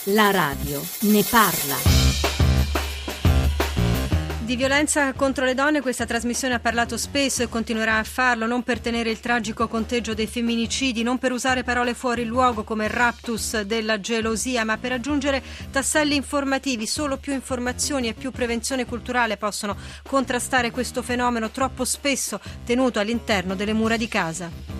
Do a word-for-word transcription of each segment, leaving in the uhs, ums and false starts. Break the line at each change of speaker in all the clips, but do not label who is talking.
La radio ne parla. Di violenza contro le donne questa trasmissione ha parlato spesso e continuerà a farlo, non per tenere il tragico conteggio dei femminicidi, non per usare parole fuori luogo come raptus della gelosia, ma per aggiungere tasselli informativi. Solo più informazioni e più prevenzione culturale possono contrastare questo fenomeno troppo spesso tenuto all'interno delle mura di casa.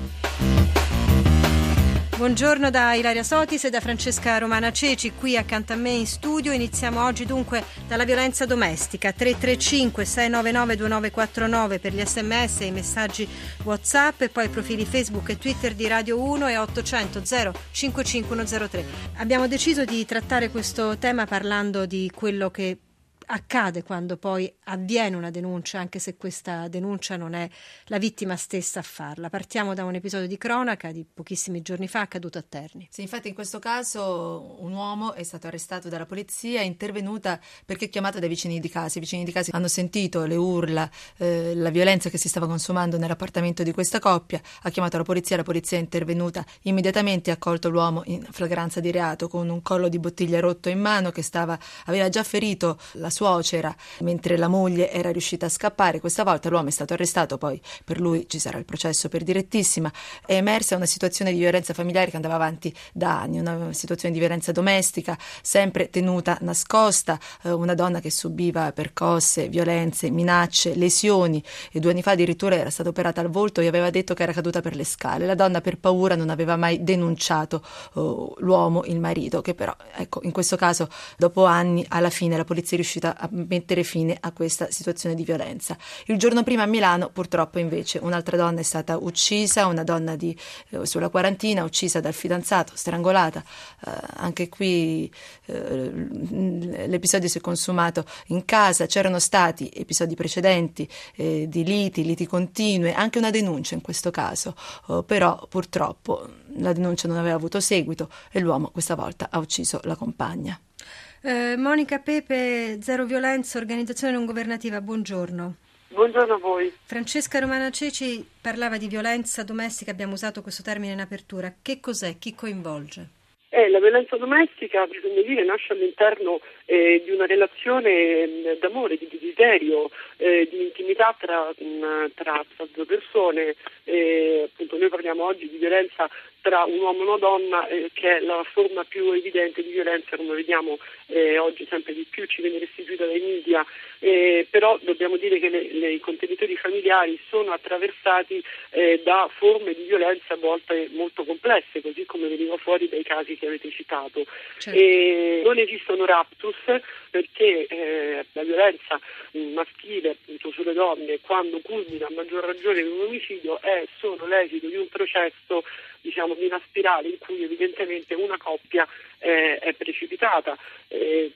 Buongiorno da Ilaria Sotis e da Francesca Romana Ceci, qui accanto a me in studio. Iniziamo oggi dunque dalla violenza domestica. Tre tre cinque sei nove nove due nove quattro nove per gli sms e i messaggi WhatsApp, e poi i profili Facebook e Twitter di Radio uno e ottocento zero cinque cinque uno zero tre. Abbiamo deciso di trattare questo tema parlando di quello che accade quando poi avviene una denuncia, anche se questa denuncia non è la vittima stessa a farla. Partiamo da un episodio di cronaca di pochissimi giorni fa accaduto a Terni.
Sì, infatti in questo caso un uomo è stato arrestato dalla polizia, è intervenuta perché chiamato dai vicini di casa. I vicini di casa hanno sentito le urla, eh, la violenza che si stava consumando nell'appartamento di questa coppia, ha chiamato la polizia, la polizia è intervenuta immediatamente e ha colto l'uomo in flagranza di reato con un collo di bottiglia rotto in mano, che stava aveva già ferito la suocera mentre la moglie era riuscita a scappare. Questa volta l'uomo è stato arrestato, poi per lui ci sarà il processo per direttissima. È emersa una situazione di violenza familiare che andava avanti da anni, una situazione di violenza domestica sempre tenuta nascosta, eh, una donna che subiva percosse, violenze, minacce, lesioni, e due anni fa addirittura era stata operata al volto e aveva detto che era caduta per le scale. La donna per paura non aveva mai denunciato oh, l'uomo, il marito, che però ecco in questo caso dopo anni alla fine la polizia è riuscita a mettere fine a questa situazione di violenza. Il giorno prima a Milano purtroppo invece un'altra donna è stata uccisa, una donna di eh, sulla quarantina, uccisa dal fidanzato, strangolata. Eh, anche qui eh, l'episodio si è consumato in casa. C'erano stati episodi precedenti eh, di liti, liti continue, anche una denuncia in questo caso, oh, però purtroppo la denuncia non aveva avuto seguito e l'uomo questa volta ha ucciso la compagna.
Eh, Monica Pepe, Zero Violenza, organizzazione non governativa, buongiorno.
Buongiorno a voi.
Francesca Romana Ceci parlava di violenza domestica, abbiamo usato questo termine in apertura. Che cos'è? Chi coinvolge?
Eh, la violenza domestica, bisogna dire, nasce all'interno eh, di una relazione eh, d'amore, di desiderio, eh, di intimità tra, mh, tra, tra due persone. Eh, appunto noi parliamo oggi di violenza tra un uomo e una donna, eh, che è la forma più evidente di violenza, come vediamo eh, oggi sempre di più ci viene restituita dai media, eh, però dobbiamo dire che le, le, i contenitori familiari sono attraversati eh, da forme di violenza a volte molto complesse, così come veniva fuori dai casi che avete citato.
Certo.
E non esistono raptus perché eh, la violenza maschile appunto sulle donne, quando culmina a maggior ragione in un omicidio, è solo l'esito di un processo, diciamo, di una spirale in cui evidentemente una coppia eh, è precipitata. Eh,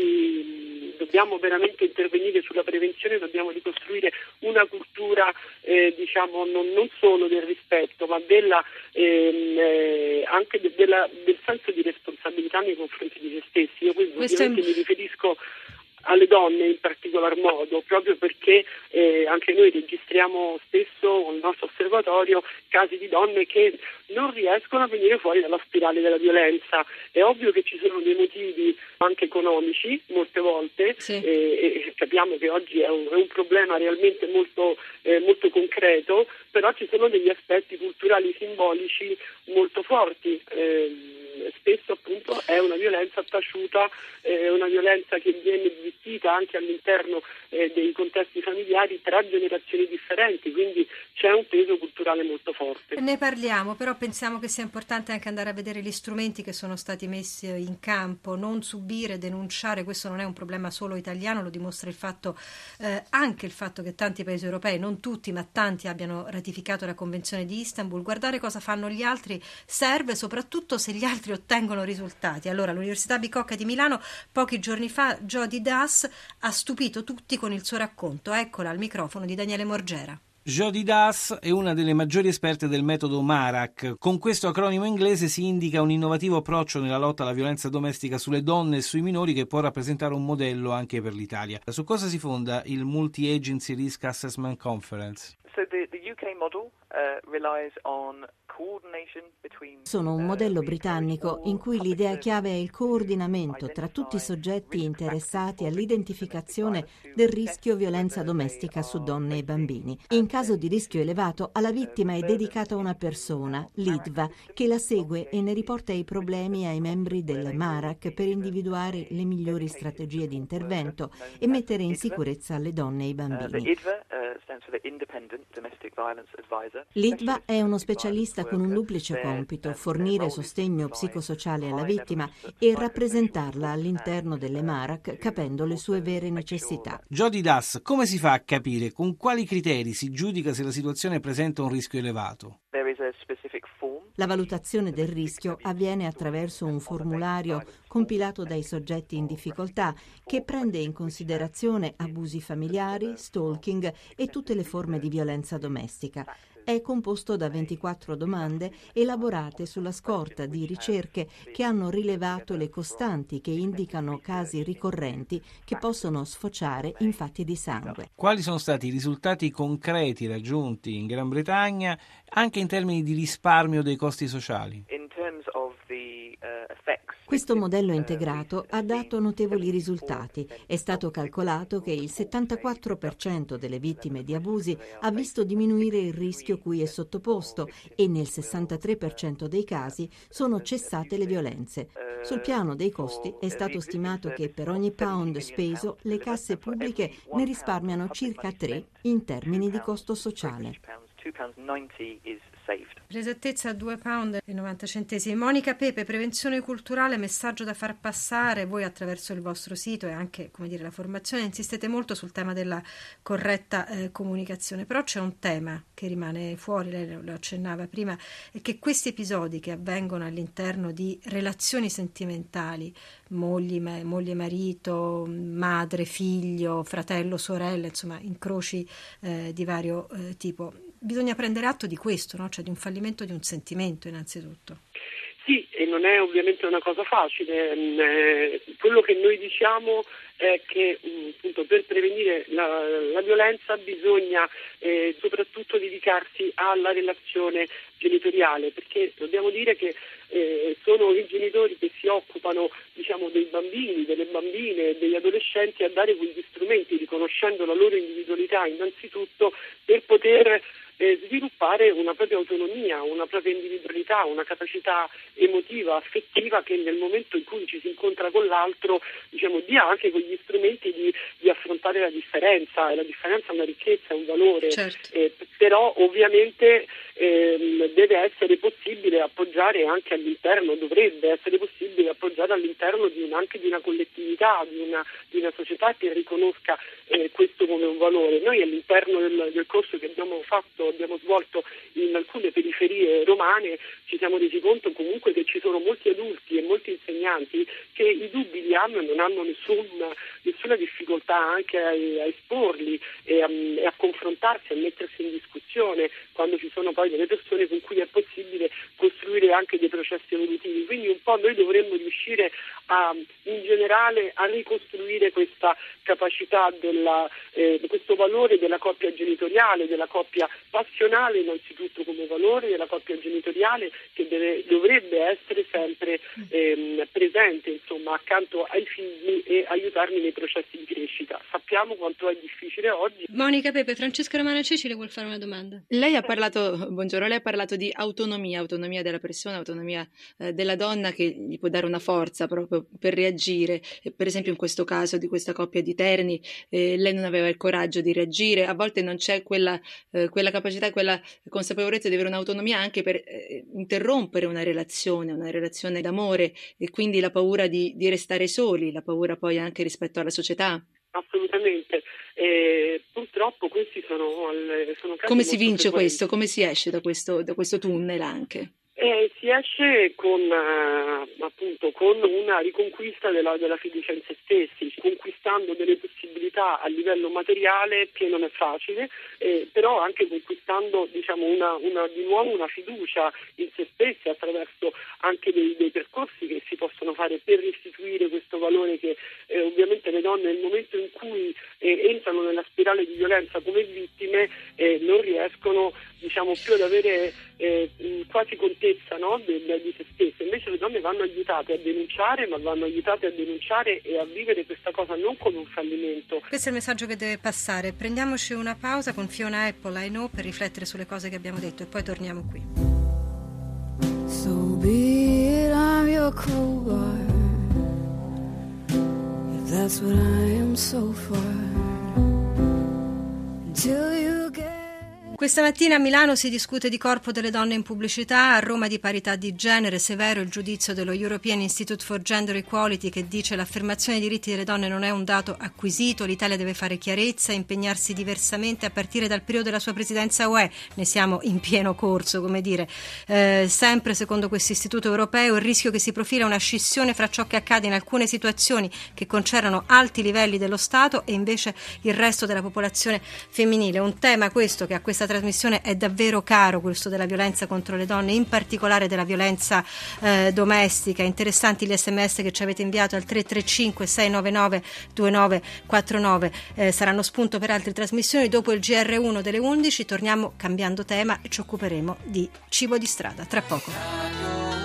quindi mh, dobbiamo veramente intervenire sulla prevenzione, dobbiamo ricostruire una cultura eh, diciamo non, non solo del rispetto, ma della, ehm, eh, anche de, della, del senso di responsabilità nei confronti di se stessi. Io questo,
Questo
ovviamente
è...
mi riferisco alle donne in particolar modo, proprio perché eh, anche noi registriamo spesso con il nostro osservatorio casi di donne che non riescono a venire fuori dalla spirale della violenza. È ovvio che ci sono dei motivi anche economici molte volte,
sì.
eh, e capiamo che oggi è un, è un problema realmente molto, eh, molto concreto, però ci sono degli aspetti culturali simbolici molto forti. Eh, spesso appunto è una violenza taciuta, è una violenza che viene zittita anche all'interno eh, dei contesti familiari tra generazioni differenti, quindi c'è un peso culturale molto forte.
Ne parliamo, però pensiamo che sia importante anche andare a vedere gli strumenti che sono stati messi in campo, non subire, denunciare. Questo non è un problema solo italiano, lo dimostra il fatto eh, anche il fatto che tanti paesi europei, non tutti ma tanti, abbiano ratificato la Convenzione di Istanbul. Guardare cosa fanno gli altri serve, soprattutto se gli altri ottengono risultati. Allora, l'Università Bicocca di Milano pochi giorni fa Jodi Das ha stupito tutti con il suo racconto. Eccola al microfono di Daniele Morgera.
Jodi Das è una delle maggiori esperte del metodo MARAC. Con questo acronimo inglese si indica un innovativo approccio nella lotta alla violenza domestica sulle donne e sui minori che può rappresentare un modello anche per l'Italia. Su cosa si fonda il Multi-Agency Risk Assessment Conference?
So the, the U K model uh, relies on Sono un modello britannico in cui l'idea chiave è il coordinamento tra tutti i soggetti interessati all'identificazione del rischio violenza domestica su donne e bambini. In caso di rischio elevato, alla vittima è dedicata una persona, l'IDVA, che la segue e ne riporta i problemi ai membri del MARAC per individuare le migliori strategie di intervento e mettere in sicurezza le donne e i bambini. L'IDVA è uno specialista con un duplice compito: fornire sostegno psicosociale alla vittima e rappresentarla all'interno delle MARAC, capendo le sue vere necessità.
Jody Das, come si fa a capire con quali criteri si giudica se la situazione presenta un rischio elevato?
La valutazione del rischio avviene attraverso un formulario compilato dai soggetti in difficoltà che prende in considerazione abusi familiari, stalking e tutte le forme di violenza domestica. È composto da ventiquattro domande elaborate sulla scorta di ricerche che hanno rilevato le costanti che indicano casi ricorrenti che possono sfociare in fatti di sangue.
Quali sono stati i risultati concreti raggiunti in Gran Bretagna anche in termini di risparmio dei costi sociali?
Questo modello integrato ha dato notevoli risultati. È stato calcolato che il settantaquattro per cento delle vittime di abusi ha visto diminuire il rischio cui è sottoposto e nel sessantatré per cento dei casi sono cessate le violenze. Sul piano dei costi è stato stimato che per ogni pound speso le casse pubbliche ne risparmiano circa tre in termini di costo sociale.
Per esattezza due pound e novanta centesimi. Monica Pepe, prevenzione culturale, messaggio da far passare. Voi attraverso il vostro sito e anche, come dire, la formazione insistete molto sul tema della corretta eh, comunicazione, però c'è un tema che rimane fuori, lei lo accennava prima, è che questi episodi che avvengono all'interno di relazioni sentimentali, mogli, ma, moglie marito, madre, figlio, fratello, sorella, insomma incroci eh, di vario eh, tipo, bisogna prendere atto di questo, no? Cioè di un fallimento di un sentimento innanzitutto.
Sì, e non è ovviamente una cosa facile. Eh, quello che noi diciamo è che appunto, per prevenire la, la violenza bisogna eh, soprattutto dedicarsi alla relazione genitoriale, perché dobbiamo dire che eh, sono i genitori che si occupano, diciamo, dei bambini, delle bambine, degli adolescenti a dare quegli strumenti, riconoscendo la loro individualità innanzitutto, per poter Eh, sviluppare una propria autonomia, una propria individualità, una capacità emotiva, affettiva che nel momento in cui ci si incontra con l'altro, diciamo, dia anche quegli strumenti di, di affrontare la differenza, e la differenza è una ricchezza, è un valore,
certo.
eh, però ovviamente ehm, deve essere possibile appoggiare anche all'interno, dovrebbe essere possibile appoggiare all'interno di un, anche di una collettività, di una, di una società che riconosca eh, questo come un valore. Noi all'interno del, del corso che abbiamo fatto abbiamo svolto in alcune periferie romane, ci siamo resi conto comunque che ci sono molti adulti e molti insegnanti che i dubbi li hanno e non hanno nessun, nessuna difficoltà anche a, a esporli e a, e a confrontarsi, a mettersi in discussione quando ci sono poi delle persone con cui è possibile costruire anche dei processi evolutivi. Quindi un po' noi dovremmo riuscire a, in generale a ricostruire questa capacità, della, eh, questo valore della coppia genitoriale, della coppia passionale innanzitutto come valore, della coppia genitoriale che deve, dovrebbe essere sempre ehm, presente, insomma, accanto ai figli e aiutarli nei processi di crescita. Sappiamo quanto è difficile oggi.
Monica Pepe, Francesca Romana Ceci le vuol fare una domanda.
Lei ha parlato, buongiorno, lei ha parlato di autonomia, autonomia della persona, autonomia eh, della donna che gli può dare una forza proprio per reagire. Eh, per esempio in questo caso di questa coppia di Terni, eh, lei non aveva il coraggio di reagire, a volte non c'è quella, eh, quella capacità, quella consapevolezza di avere un'autonomia anche per eh, interrompere una relazione, una relazione d'amore, e quindi la paura di, di restare soli, la paura poi anche rispetto alla società.
Assolutamente, eh, purtroppo questi sono, sono casi.
Come si vince
frequenti.
questo? Come si esce da questo, da questo tunnel anche?
Eh, si esce con eh, appunto con una riconquista della, della fiducia in se stessi, conquistando delle possibilità a livello materiale che non è facile, eh, però anche conquistando, diciamo, una, una, di nuovo una fiducia in se stessi attraverso anche dei, dei percorsi che si possono fare per restituire questo valore che eh, ovviamente le donne nel momento in cui eh, entrano nella spirale di violenza come vittime eh, non riescono, diciamo, più ad avere eh, quasi contezza, no? di, di se stesse. Invece le donne vanno aiutate a denunciare, ma vanno aiutate a denunciare e a vivere questa cosa non come un fallimento.
Questo è il messaggio che deve passare. Prendiamoci una pausa con Fiona Apple, I Know, per riflettere sulle cose che abbiamo detto e poi torniamo qui.
So be it, I'm your crowbar. If that's what I am so far. Until you get.
Questa mattina a Milano si discute di corpo delle donne in pubblicità, a Roma di parità di genere. Severo il giudizio dello European Institute for Gender Equality, che dice: l'affermazione dei diritti delle donne non è un dato acquisito, l'Italia deve fare chiarezza e impegnarsi diversamente a partire dal periodo della sua presidenza U E. Ne siamo in pieno corso, come dire. Eh, sempre secondo questo istituto europeo il rischio che si profila una scissione fra ciò che accade in alcune situazioni che concernono alti livelli dello Stato e invece il resto della popolazione femminile. Un tema questo che a questa trasmissione è davvero caro, questo della violenza contro le donne, in particolare della violenza eh, domestica. Interessanti gli sms che ci avete inviato al tre tre cinque sei nove nove due nove quattro nove, eh, saranno spunto per altre trasmissioni. Dopo il G R uno delle undici torniamo cambiando tema e ci occuperemo di cibo di strada tra poco.